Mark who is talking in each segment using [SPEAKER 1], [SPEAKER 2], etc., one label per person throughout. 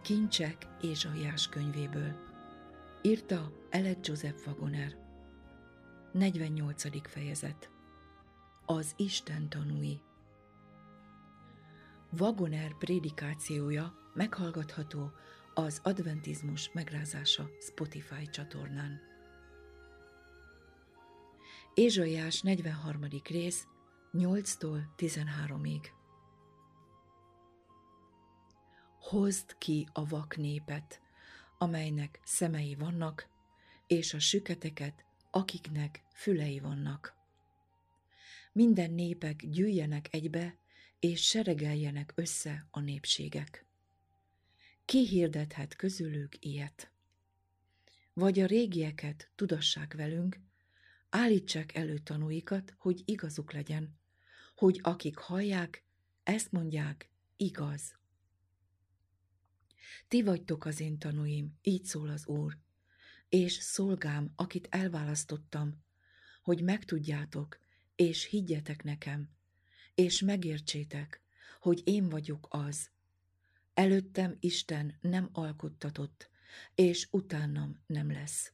[SPEAKER 1] Kincsek Ézsaiás könyvéből. Írta Eled Joseph Wagoner. 48. fejezet. Az Isten tanúi. Wagoner prédikációja meghallgatható az Adventizmus megrázása Spotify csatornán. Ézsaiás 43. rész 8-tól 13-ig. Hozd ki a vak népet, amelynek szemei vannak, és a süketeket, akiknek fülei vannak. Minden népek gyűjjenek egybe, és seregeljenek össze a népségek. Ki hirdethet közülük ilyet? Vagy a régieket tudassák velünk, állítsák elő tanúikat, hogy igazuk legyen, hogy akik hallják, ezt mondják, igaz. Ti vagytok az én tanúim, így szól az Úr, és szolgám, akit elválasztottam, hogy megtudjátok, és higgyetek nekem, és megértsétek, hogy én vagyok az. Előttem Isten nem alkottatott, és utánam nem lesz.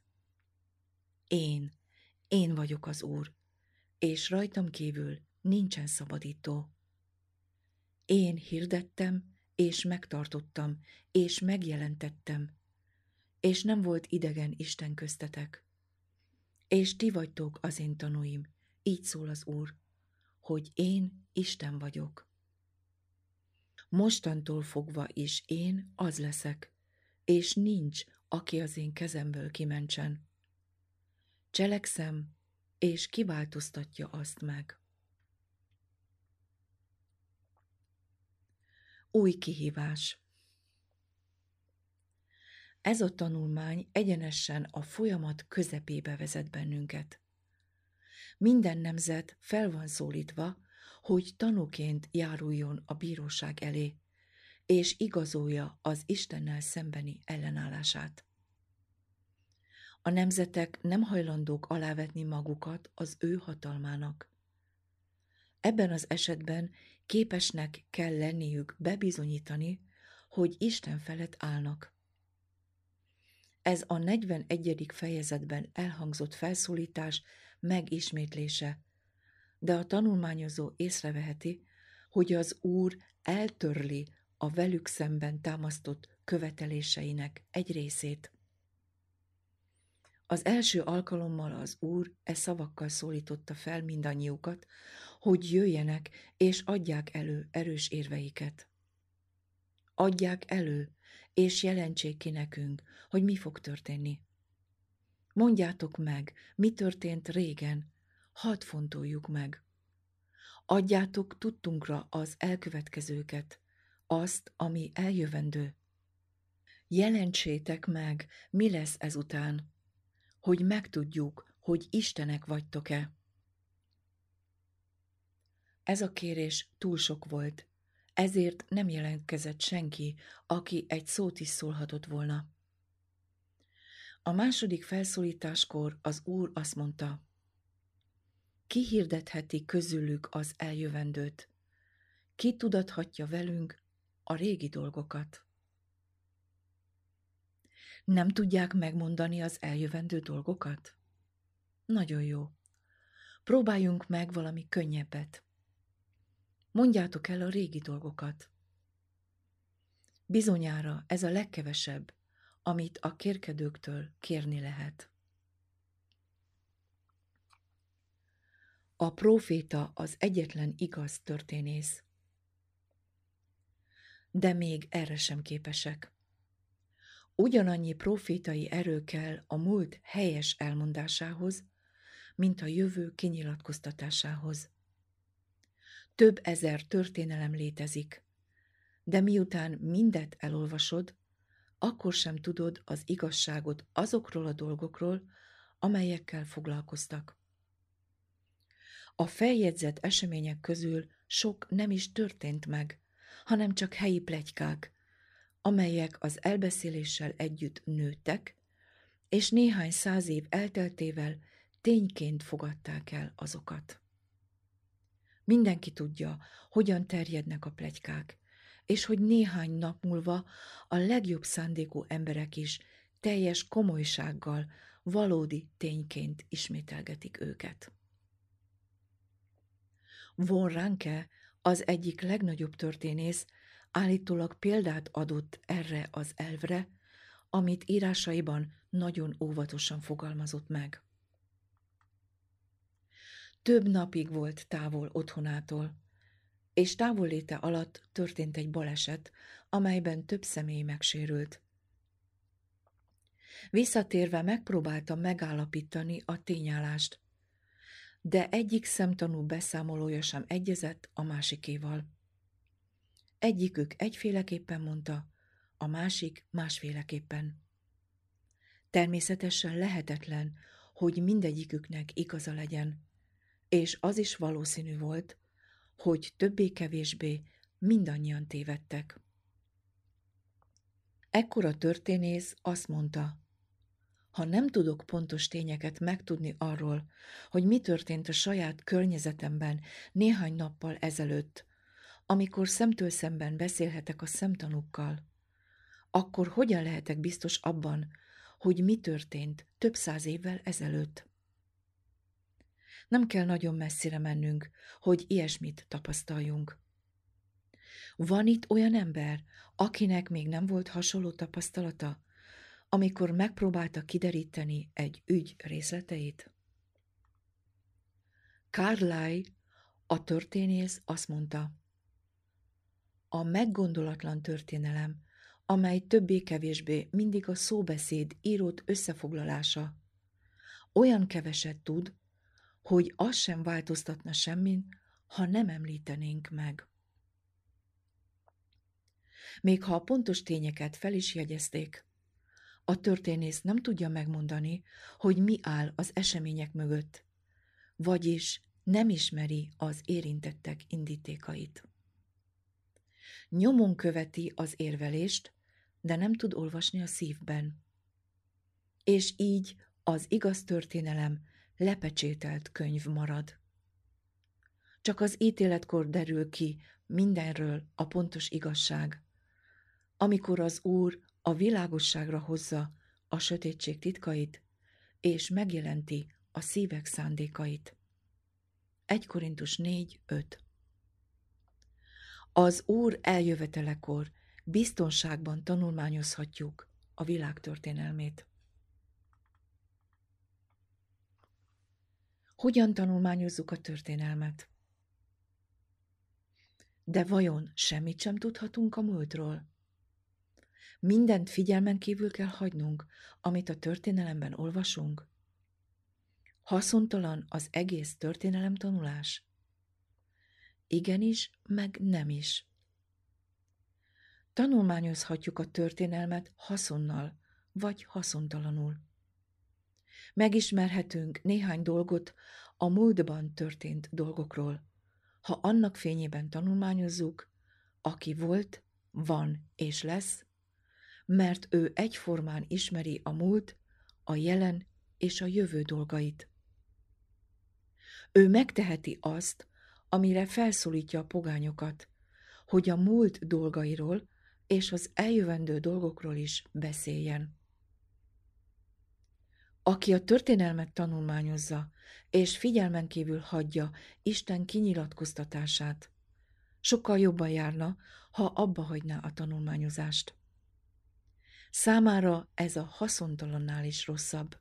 [SPEAKER 1] Én vagyok az Úr, és rajtam kívül nincsen szabadító. Én hirdettem, és megtartottam, és megjelentettem, és nem volt idegen Isten köztetek. És ti vagytok az én tanúim, így szól az Úr, hogy én Isten vagyok. Mostantól fogva is én az leszek, és nincs, aki az én kezemből kimentsen. Cselekszem, és kiváltoztatja azt meg. Új kihívás. Ez a tanulmány egyenesen a folyamat közepébe vezet bennünket. Minden nemzet fel van szólítva, hogy tanúként járuljon a bíróság elé, és igazolja az Istennel szembeni ellenállását. A nemzetek nem hajlandók alávetni magukat az ő hatalmának. Ebben az esetben képesnek kell lenniük bebizonyítani, hogy Isten felett állnak. Ez a 41. fejezetben elhangzott felszólítás megismétlése, de a tanulmányozó észreveheti, hogy az Úr eltörli a velük szemben támasztott követeléseinek egy részét. Az első alkalommal az Úr szavakkal szólította fel mindannyiukat, hogy jöjjenek és adják elő erős érveiket. Adják elő, és jelentsék ki nekünk, hogy mi fog történni. Mondjátok meg, mi történt régen, hadd fontoljuk meg. Adjátok tudtunkra az elkövetkezőket, azt, ami eljövendő. Jelentsétek meg, mi lesz ezután, hogy megtudjuk, hogy istenek vagytok-e. Ez a kérés túl sok volt, ezért nem jelentkezett senki, aki egy szót is szólhatott volna. A második felszólításkor az Úr azt mondta, ki hirdetheti közülük az eljövendőt? Ki tudathatja velünk a régi dolgokat? Nem tudják megmondani az eljövendő dolgokat? Nagyon jó. Próbáljunk meg valami könnyebbet. Mondjátok el a régi dolgokat. Bizonyára ez a legkevesebb, amit a kérkedőktől kérni lehet. A próféta az egyetlen igaz történész. De még erre sem képesek. Ugyanannyi prófétai erő kell a múlt helyes elmondásához, mint a jövő kinyilatkoztatásához. Több ezer történelem létezik, de miután mindet elolvasod, akkor sem tudod az igazságot azokról a dolgokról, amelyekkel foglalkoztak. A feljegyzett események közül sok nem is történt meg, hanem csak helyi pletykák, amelyek az elbeszéléssel együtt nőttek, és néhány 100 év elteltével tényként fogadták el azokat. Mindenki tudja, hogyan terjednek a pletykák, és hogy néhány nap múlva a legjobb szándékú emberek is teljes komolysággal, valódi tényként ismételgetik őket. Von Ranke, az egyik legnagyobb történész, állítólag példát adott erre az elvre, amit írásaiban nagyon óvatosan fogalmazott meg. Több napig volt távol otthonától, és távolléte alatt történt egy baleset, amelyben több személy megsérült. Visszatérve megpróbáltam megállapítani a tényállást, de egyik szemtanú beszámolója sem egyezett a másikéval. Egyikük egyféleképpen mondta, a másik másféleképpen. Természetesen lehetetlen, hogy mindegyiküknek igaza legyen, és az is valószínű volt, hogy többé-kevésbé mindannyian tévedtek. Ekkor a történész azt mondta, ha nem tudok pontos tényeket megtudni arról, hogy mi történt a saját környezetemben néhány nappal ezelőtt, amikor szemtől szemben beszélhetek a szemtanúkkal, akkor hogyan lehetek biztos abban, hogy mi történt több száz évvel ezelőtt? Nem kell nagyon messzire mennünk, hogy ilyesmit tapasztaljunk. Van itt olyan ember, akinek még nem volt hasonló tapasztalata, amikor megpróbálta kideríteni egy ügy részleteit? Carlyle, a történész azt mondta, a meggondolatlan történelem, amely többé-kevésbé mindig a szóbeszéd írott összefoglalása, olyan keveset tud, hogy az sem változtatna semmin, ha nem említenénk meg. Még ha a pontos tényeket fel is jegyezték, a történész nem tudja megmondani, hogy mi áll az események mögött, vagyis nem ismeri az érintettek indítékait. Nyomon követi az érvelést, de nem tud olvasni a szívben. És így az igaz történelem lepecsételt könyv marad. Csak az ítéletkor derül ki mindenről a pontos igazság, amikor az Úr a világosságra hozza a sötétség titkait, és megjelenti a szívek szándékait. 1 Korintus 4:5. Az Úr eljövetelekor biztonságban tanulmányozhatjuk a világ történelmét. Hogyan tanulmányozzuk a történelmet? De vajon semmit sem tudhatunk a múltról? Mindent figyelmen kívül kell hagynunk, amit a történelemben olvasunk? Haszontalan az egész történelemtanulás? Igenis, meg nem is. Tanulmányozhatjuk a történelmet haszonnal, vagy haszontalanul. Megismerhetünk néhány dolgot a múltban történt dolgokról, ha annak fényében tanulmányozzuk, aki volt, van és lesz, mert ő egyformán ismeri a múlt, a jelen és a jövő dolgait. Ő megteheti azt, amire felszólítja a pogányokat, hogy a múlt dolgairól és az eljövendő dolgokról is beszéljen. Aki a történelmet tanulmányozza, és figyelmen kívül hagyja Isten kinyilatkoztatását, sokkal jobban járna, ha abba hagyná a tanulmányozást. Számára ez a haszontalannál is rosszabb.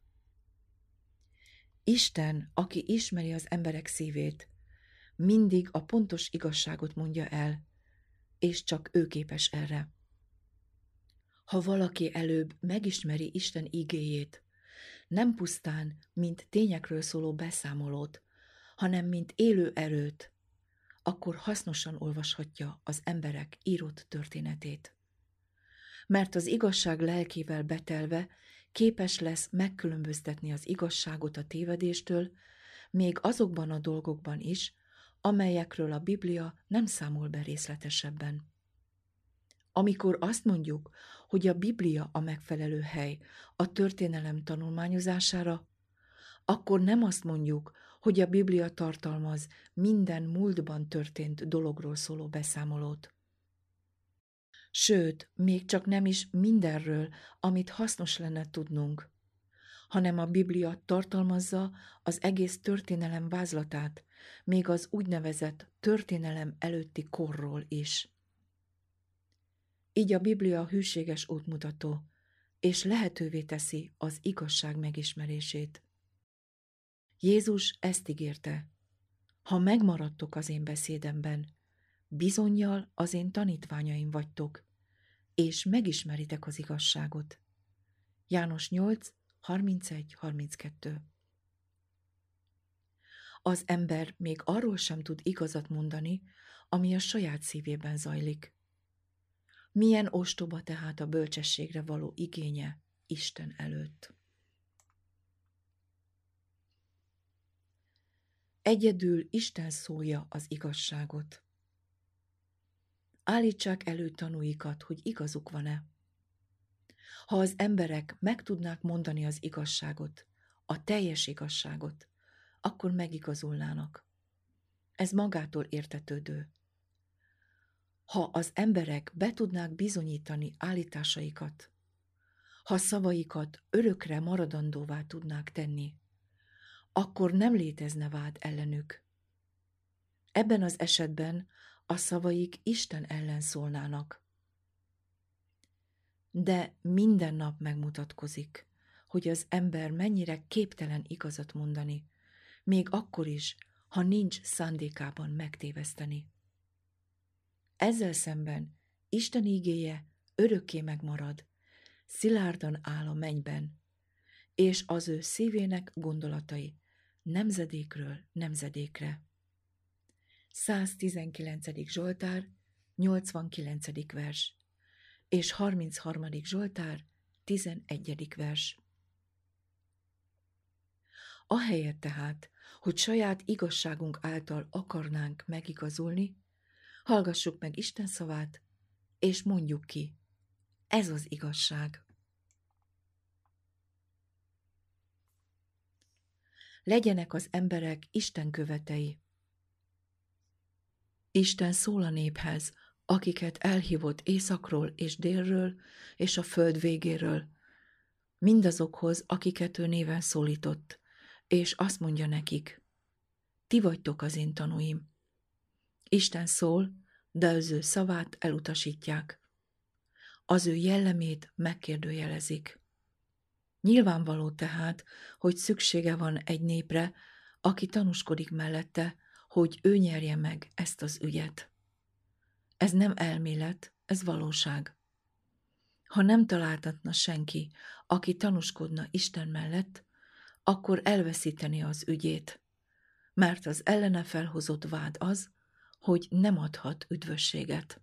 [SPEAKER 1] Isten, aki ismeri az emberek szívét, mindig a pontos igazságot mondja el, és csak ő képes erre. Ha valaki előbb megismeri Isten igéjét, nem pusztán, mint tényekről szóló beszámolót, hanem mint élő erőt, akkor hasznosan olvashatja az emberek írott történetét. Mert az igazság lelkével betelve képes lesz megkülönböztetni az igazságot a tévedéstől, még azokban a dolgokban is, amelyekről a Biblia nem számol be részletesebben. Amikor azt mondjuk, hogy a Biblia a megfelelő hely a történelem tanulmányozására, akkor nem azt mondjuk, hogy a Biblia tartalmaz minden múltban történt dologról szóló beszámolót. Sőt, még csak nem is mindenről, amit hasznos lenne tudnunk, hanem a Biblia tartalmazza az egész történelem vázlatát, még az úgynevezett történelem előtti korról is. Így a Biblia hűséges útmutató, és lehetővé teszi az igazság megismerését. Jézus ezt ígérte: ha megmaradtok az én beszédemben, bizonnyal az én tanítványaim vagytok, és megismeritek az igazságot. János 8, 31-32. Az ember még arról sem tud igazat mondani, ami a saját szívében zajlik. Milyen ostoba tehát a bölcsességre való igénye Isten előtt. Egyedül Isten szólja az igazságot. Állítsák elő tanúikat, hogy igazuk van-e. Ha az emberek meg tudnák mondani az igazságot, a teljes igazságot, akkor megigazulnának. Ez magától értetődő. Ha az emberek be tudnák bizonyítani állításaikat, ha szavaikat örökre maradandóvá tudnák tenni, akkor nem létezne vád ellenük. Ebben az esetben a szavaik Isten ellen szólnának. De minden nap megmutatkozik, hogy az ember mennyire képtelen igazat mondani, még akkor is, ha nincs szándékában megtéveszteni. Ezzel szemben Isten ígéje örökké megmarad, szilárdan áll a mennyben, és az ő szívének gondolatai nemzedékről nemzedékre. 119. Zsoltár, 89. vers, és 33. Zsoltár, 11. vers. Ahelyett tehát, hogy saját igazságunk által akarnánk megigazulni, hallgassuk meg Isten szavát, és mondjuk ki: ez az igazság. Legyenek az emberek Isten követei. Isten szól a néphez, akiket elhívott északról és délről, és a föld végéről, mindazokhoz, akiket ő néven szólított, és azt mondja nekik: ti vagytok az én tanúim. Isten szól, de az ő szavát elutasítják. Az ő jellemét megkérdőjelezik. Nyilvánvaló tehát, hogy szüksége van egy népre, aki tanúskodik mellette, hogy ő nyerje meg ezt az ügyet. Ez nem elmélet, ez valóság. Ha nem találtatna senki, aki tanúskodna Isten mellett, akkor elveszíteni az ügyét, mert az ellene felhozott vád az, hogy nem adhat üdvösséget.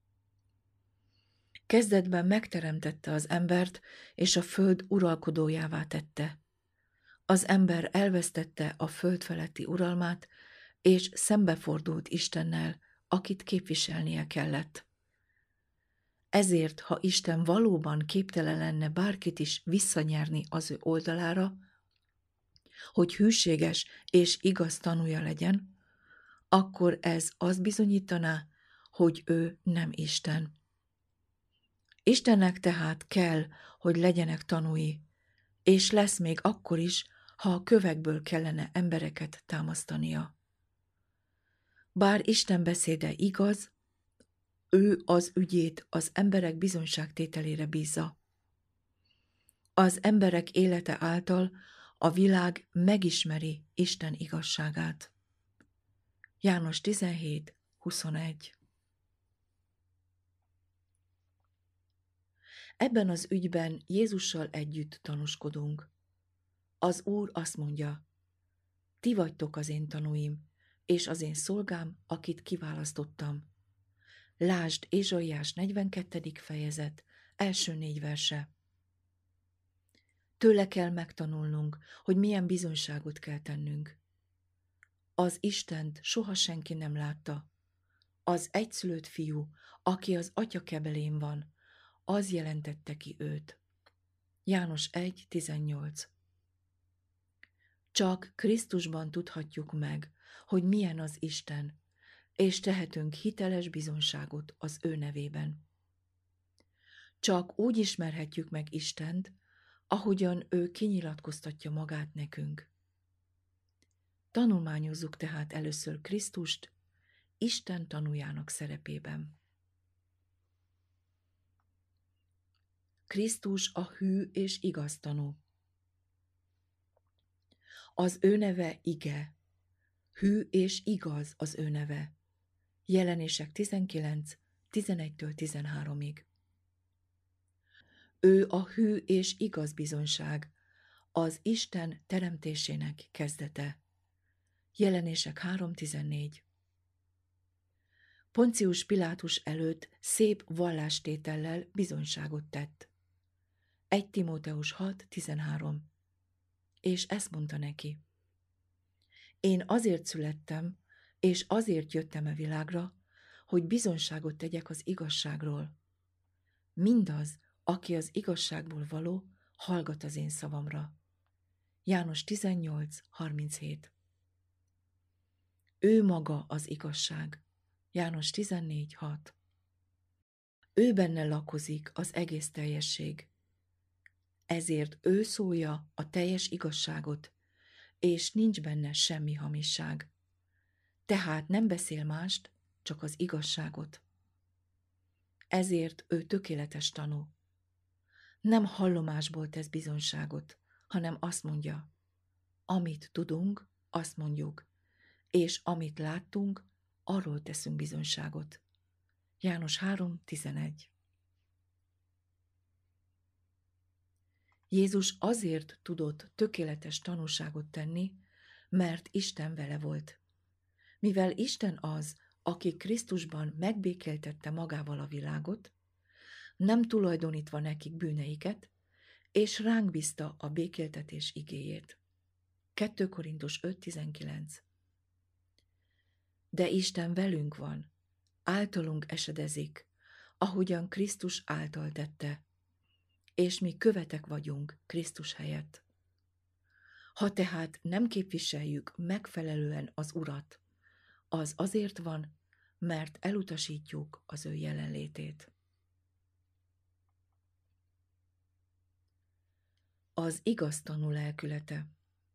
[SPEAKER 1] Kezdetben megteremtette az embert, és a föld uralkodójává tette. Az ember elvesztette a föld feletti uralmát, és szembefordult Istennel, akit képviselnie kellett. Ezért, ha Isten valóban képtelen lenne bárkit is visszanyerni az ő oldalára, hogy hűséges és igaz tanúja legyen, akkor ez azt bizonyítaná, hogy ő nem Isten. Istennek tehát kell, hogy legyenek tanúi, és lesz még akkor is, ha a kövekből kellene embereket támasztania. Bár Isten beszéde igaz, ő az ügyét az emberek bizonyságtételére bízza. Az emberek élete által a világ megismeri Isten igazságát. János 17, 21. Ebben az ügyben Jézussal együtt tanúskodunk. Az Úr azt mondja: ti vagytok az én tanúim, és az én szolgám, akit kiválasztottam. Lásd Ézsaiás 42. fejezet, első 4 verse. Tőle kell megtanulnunk, hogy milyen bizonyságot kell tennünk. Az Istent soha senki nem látta. Az egyszülött fiú, aki az atya kebelén van, az jelentette ki őt. János 1.18. Csak Krisztusban tudhatjuk meg, hogy milyen az Isten, és tehetünk hiteles bizonyságot az ő nevében. Csak úgy ismerhetjük meg Istent, ahogyan ő kinyilatkoztatja magát nekünk. Tanulmányozzuk tehát először Krisztust Isten tanújának szerepében. Krisztus a hű és igaz tanú. Az ő neve ige, hű és igaz az ő neve. Jelenések 19, 11-től 13-ig. Ő a hű és igaz bizonyság, az Isten teremtésének kezdete. Jelenések 3.14. Poncius Pilátus előtt szép vallástétellel bizonyságot tett. 1 Timóteus 6.13. És ezt mondta neki: én azért születtem, és azért jöttem a világra, hogy bizonyságot tegyek az igazságról. Mindaz, aki az igazságból való, hallgat az én szavamra. János 18.37. Ő maga az igazság. János 14.6. Ő benne lakozik az egész teljesség. Ezért ő szólja a teljes igazságot, és nincs benne semmi hamisság. Tehát nem beszél mást, csak az igazságot. Ezért ő tökéletes tanú. Nem hallomásból tesz bizonyságot, hanem azt mondja: amit tudunk, azt mondjuk, és amit láttunk, arról teszünk bizonyságot. János 3.11. Jézus azért tudott tökéletes tanúságot tenni, mert Isten vele volt. Mivel Isten az, aki Krisztusban megbékéltette magával a világot, nem tulajdonítva nekik bűneiket, és ránk bízta a békéltetés igéjét. 2 Korintus 5.19. De Isten velünk van, általunk esedezik, ahogyan Krisztus által tette, és mi követek vagyunk Krisztus helyett. Ha tehát nem képviseljük megfelelően az Urat, az azért van, mert elutasítjuk az ő jelenlétét. Az igaz tanú lelkülete.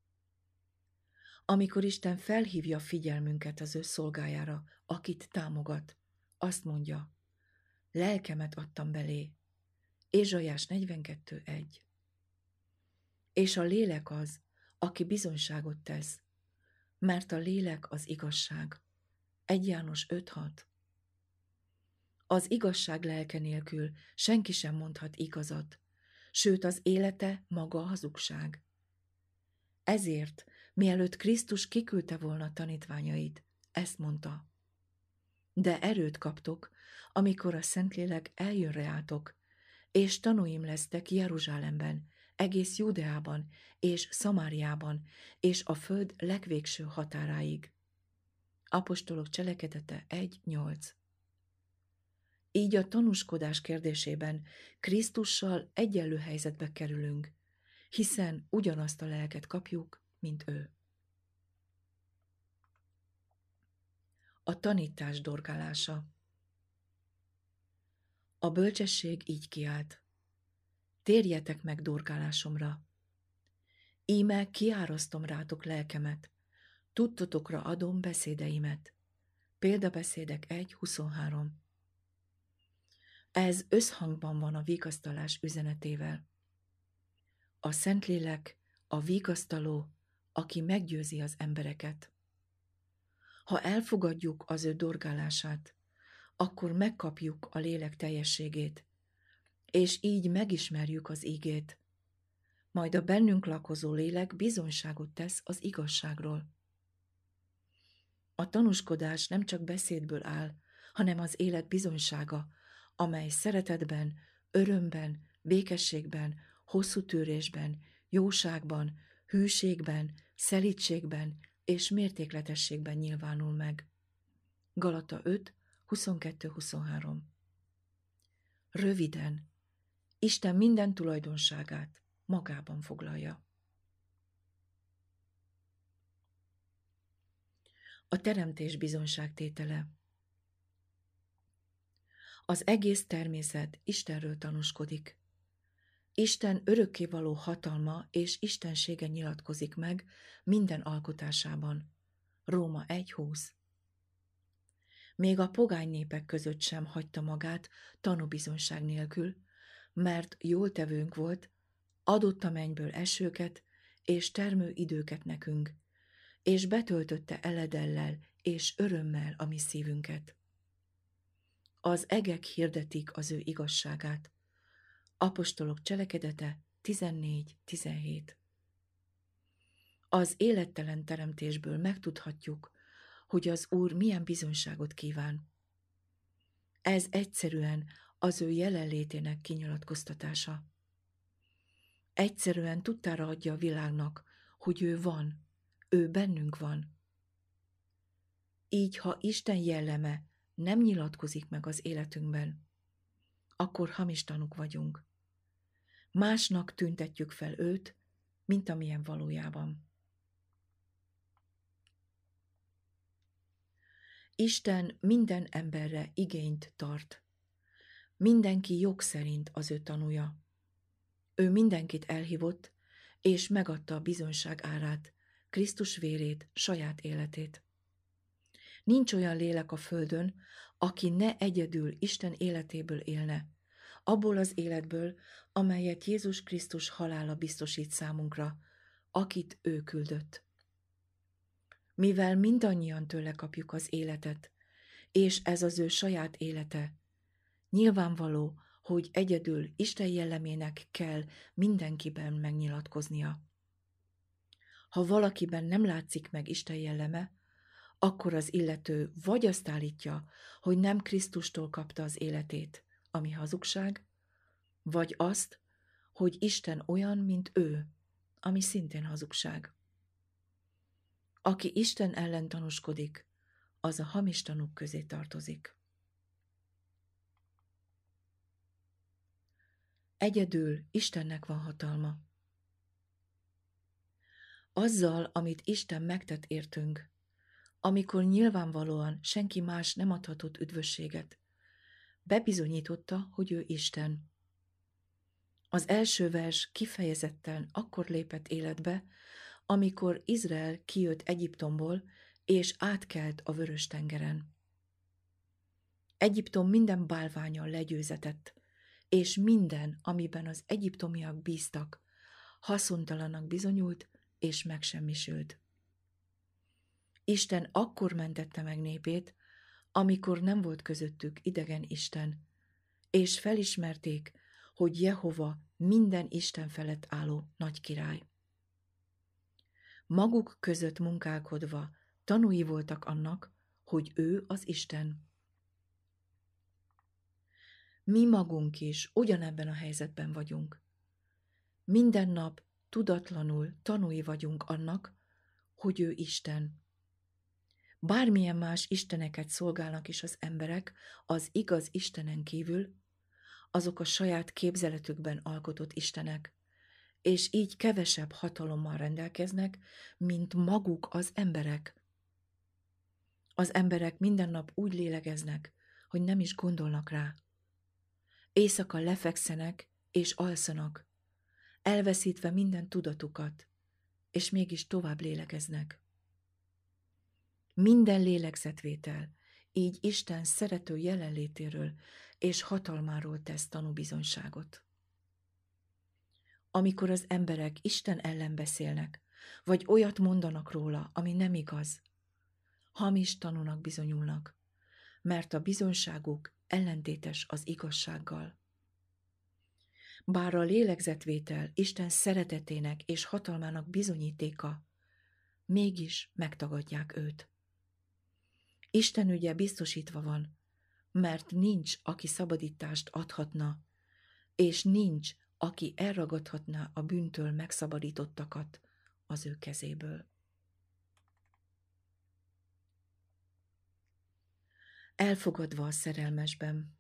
[SPEAKER 1] Amikor Isten felhívja figyelmünket az ő szolgájára, akit támogat, azt mondja: lelkemet adtam belé. Ézsaiás 42.1. És a lélek az, aki bizonyságot tesz, mert a lélek az igazság. 1 János 5.6. Az igazság lelke nélkül senki sem mondhat igazat, sőt az élete maga a hazugság. Ezért, mielőtt Krisztus kiküldte volna tanítványait, ezt mondta: de erőt kaptok, amikor a Szentlélek eljön reátok, és tanúim lesztek Jeruzsálemben, egész Judeában és Szamáriában, és a föld legvégső határáig. Apostolok cselekedete 1.8. Így a tanúskodás kérdésében Krisztussal egyenlő helyzetbe kerülünk, hiszen ugyanazt a lelket kapjuk, mint ő. A tanítás dorgálása. A bölcsesség így kiált: térjetek meg dorgálásomra. Íme kiárasztom rátok lelkemet, tudtotokra adom beszédeimet. Példabeszédek 1.23. Ez összhangban van a vigasztalás üzenetével. A Szentlélek a vigasztaló, aki meggyőzi az embereket. Ha elfogadjuk az ő dorgálását, akkor megkapjuk a lélek teljességét, és így megismerjük az ígét. Majd a bennünk lakozó lélek bizonyságot tesz az igazságról. A tanúskodás nem csak beszédből áll, hanem az élet bizonysága, amely szeretetben, örömben, békességben, hosszú tűrésben, jóságban, hűségben, szelídségben és mértékletességben nyilvánul meg. Galata 5, 22-23. Röviden, Isten minden tulajdonságát magában foglalja. A teremtés bizonyságtétele. Az egész természet Istenről tanúskodik. Isten örökkévaló hatalma és istensége nyilatkozik meg minden alkotásában. Róma 1:20. Még a pogány népek között sem hagyta magát tanúbizonyság nélkül, mert jól tevőnk volt, adott a mennyből esőket és termőidőket nekünk, és betöltötte eledellel és örömmel a mi szívünket. Az egek hirdetik az ő igazságát. Apostolok cselekedete 14:17. Az élettelen teremtésből megtudhatjuk, hogy az Úr milyen bizonyságot kíván. Ez egyszerűen az ő jelenlétének kinyilatkoztatása. Egyszerűen tudtára adja a világnak, hogy ő van, ő bennünk van. Így, ha Isten jelleme nem nyilatkozik meg az életünkben, akkor hamis tanúk vagyunk. Másnak tüntetjük fel őt, mint amilyen valójában. Isten minden emberre igényt tart. Mindenki jog szerint az ő tanúja. Ő mindenkit elhívott, és megadta a bizonyság árát, Krisztus vérét, saját életét. Nincs olyan lélek a földön, aki ne egyedül Isten életéből élne, abból az életből, amelyet Jézus Krisztus halála biztosít számunkra, akit ő küldött. Mivel mindannyian tőle kapjuk az életet, és ez az ő saját élete, nyilvánvaló, hogy egyedül Isten jellemének kell mindenkiben megnyilatkoznia. Ha valakiben nem látszik meg Isten jelleme, akkor az illető vagy azt állítja, hogy nem Krisztustól kapta az életét, ami hazugság, vagy azt, hogy Isten olyan, mint ő, ami szintén hazugság. Aki Isten ellen tanúskodik, az a hamis tanúk közé tartozik. Egyedül Istennek van hatalma. Azzal, amit Isten megtett értünk, amikor nyilvánvalóan senki más nem adhatott üdvösséget, bebizonyította, hogy ő Isten. Az első vers kifejezetten akkor lépett életbe, amikor Izrael kijött Egyiptomból, és átkelt a Vörös-tengeren. Egyiptom minden bálvánnyal legyőzetett, és minden, amiben az egyiptomiak bíztak, haszontalannak bizonyult, és megsemmisült. Isten akkor mentette meg népét, amikor nem volt közöttük idegen isten, és felismerték, hogy Jehova minden Isten felett álló nagy király. Maguk között munkálkodva tanúi voltak annak, hogy ő az Isten. Mi magunk is ugyanebben a helyzetben vagyunk. Minden nap tudatlanul tanúi vagyunk annak, hogy ő Isten. Bármilyen más isteneket szolgálnak is az emberek az igaz Istenen kívül, azok a saját képzeletükben alkotott istenek, és így kevesebb hatalommal rendelkeznek, mint maguk az emberek. Az emberek minden nap úgy lélegeznek, hogy nem is gondolnak rá. Éjszaka lefekszenek és alszanak, elveszítve minden tudatukat, és mégis tovább lélegeznek. Minden lélegzetvétel így Isten szerető jelenlétéről és hatalmáról tesz tanúbizonyságot. Amikor az emberek Isten ellen beszélnek, vagy olyat mondanak róla, ami nem igaz, hamis tanúnak bizonyulnak, mert a bizonyságuk ellentétes az igazsággal. Bár a lélegzetvétel Isten szeretetének és hatalmának bizonyítéka, mégis megtagadják őt. Isten ügye biztosítva van, mert nincs, aki szabadítást adhatna, és nincs, aki elragadhatná a bűntől megszabadítottakat az ő kezéből. Elfogadva a szerelmesben.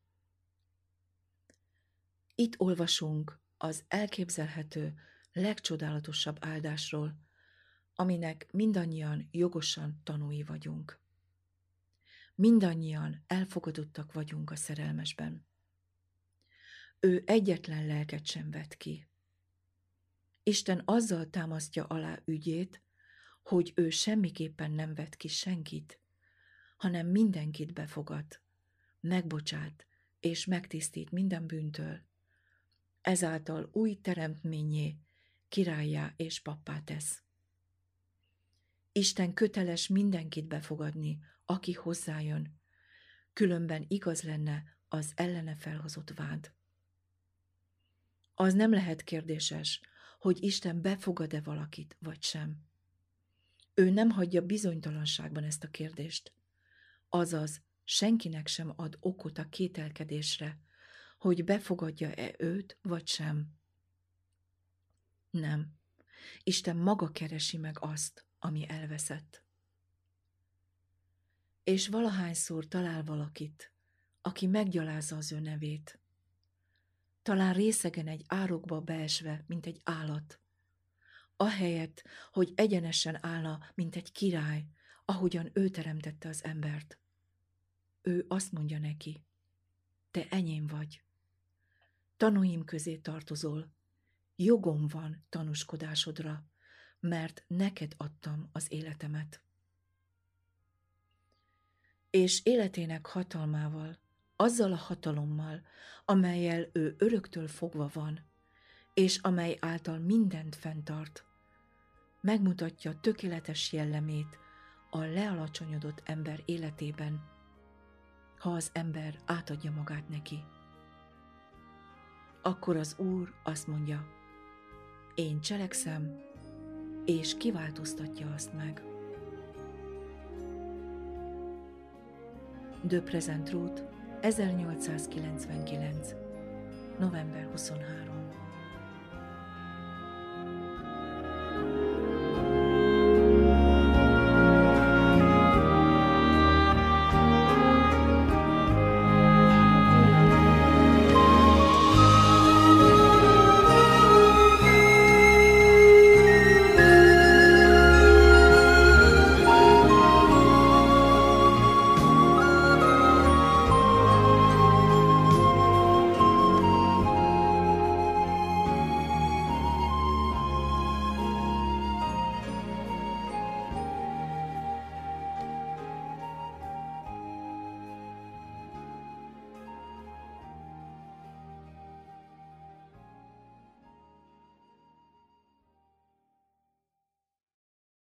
[SPEAKER 1] Itt olvasunk az elképzelhető legcsodálatosabb áldásról, aminek mindannyian jogosan tanúi vagyunk. Mindannyian elfogadottak vagyunk a szerelmesben. Ő egyetlen lelket sem vet ki. Isten azzal támasztja alá ügyét, hogy ő semmiképpen nem vet ki senkit, hanem mindenkit befogad, megbocsát és megtisztít minden bűntől. Ezáltal új teremtménnyé, királlyá és pappá tesz. Isten köteles mindenkit befogadni, aki hozzájön, különben igaz lenne az ellene felhozott vád. Az nem lehet kérdéses, hogy Isten befogad-e valakit, vagy sem. Ő nem hagyja bizonytalanságban ezt a kérdést, azaz senkinek sem ad okot a kételkedésre, hogy befogadja-e őt, vagy sem. Nem. Isten maga keresi meg azt, ami elveszett. És valahányszor talál valakit, aki meggyalázza az ő nevét. Talán részegen egy árokba beesve, mint egy állat, ahelyett, hogy egyenesen állna, mint egy király, ahogyan ő teremtette az embert. Ő azt mondja neki, te enyém vagy. Tanúim közé tartozol, jogom van tanúskodásodra, mert neked adtam az életemet. És életének hatalmával, azzal a hatalommal, amellyel ő öröktől fogva van, és amely által mindent fenntart, megmutatja tökéletes jellemét a lealacsonyodott ember életében, ha az ember átadja magát neki. Akkor az Úr azt mondja, én cselekszem, és kiváltoztatja azt meg. De Present Truth, 1899. november 23.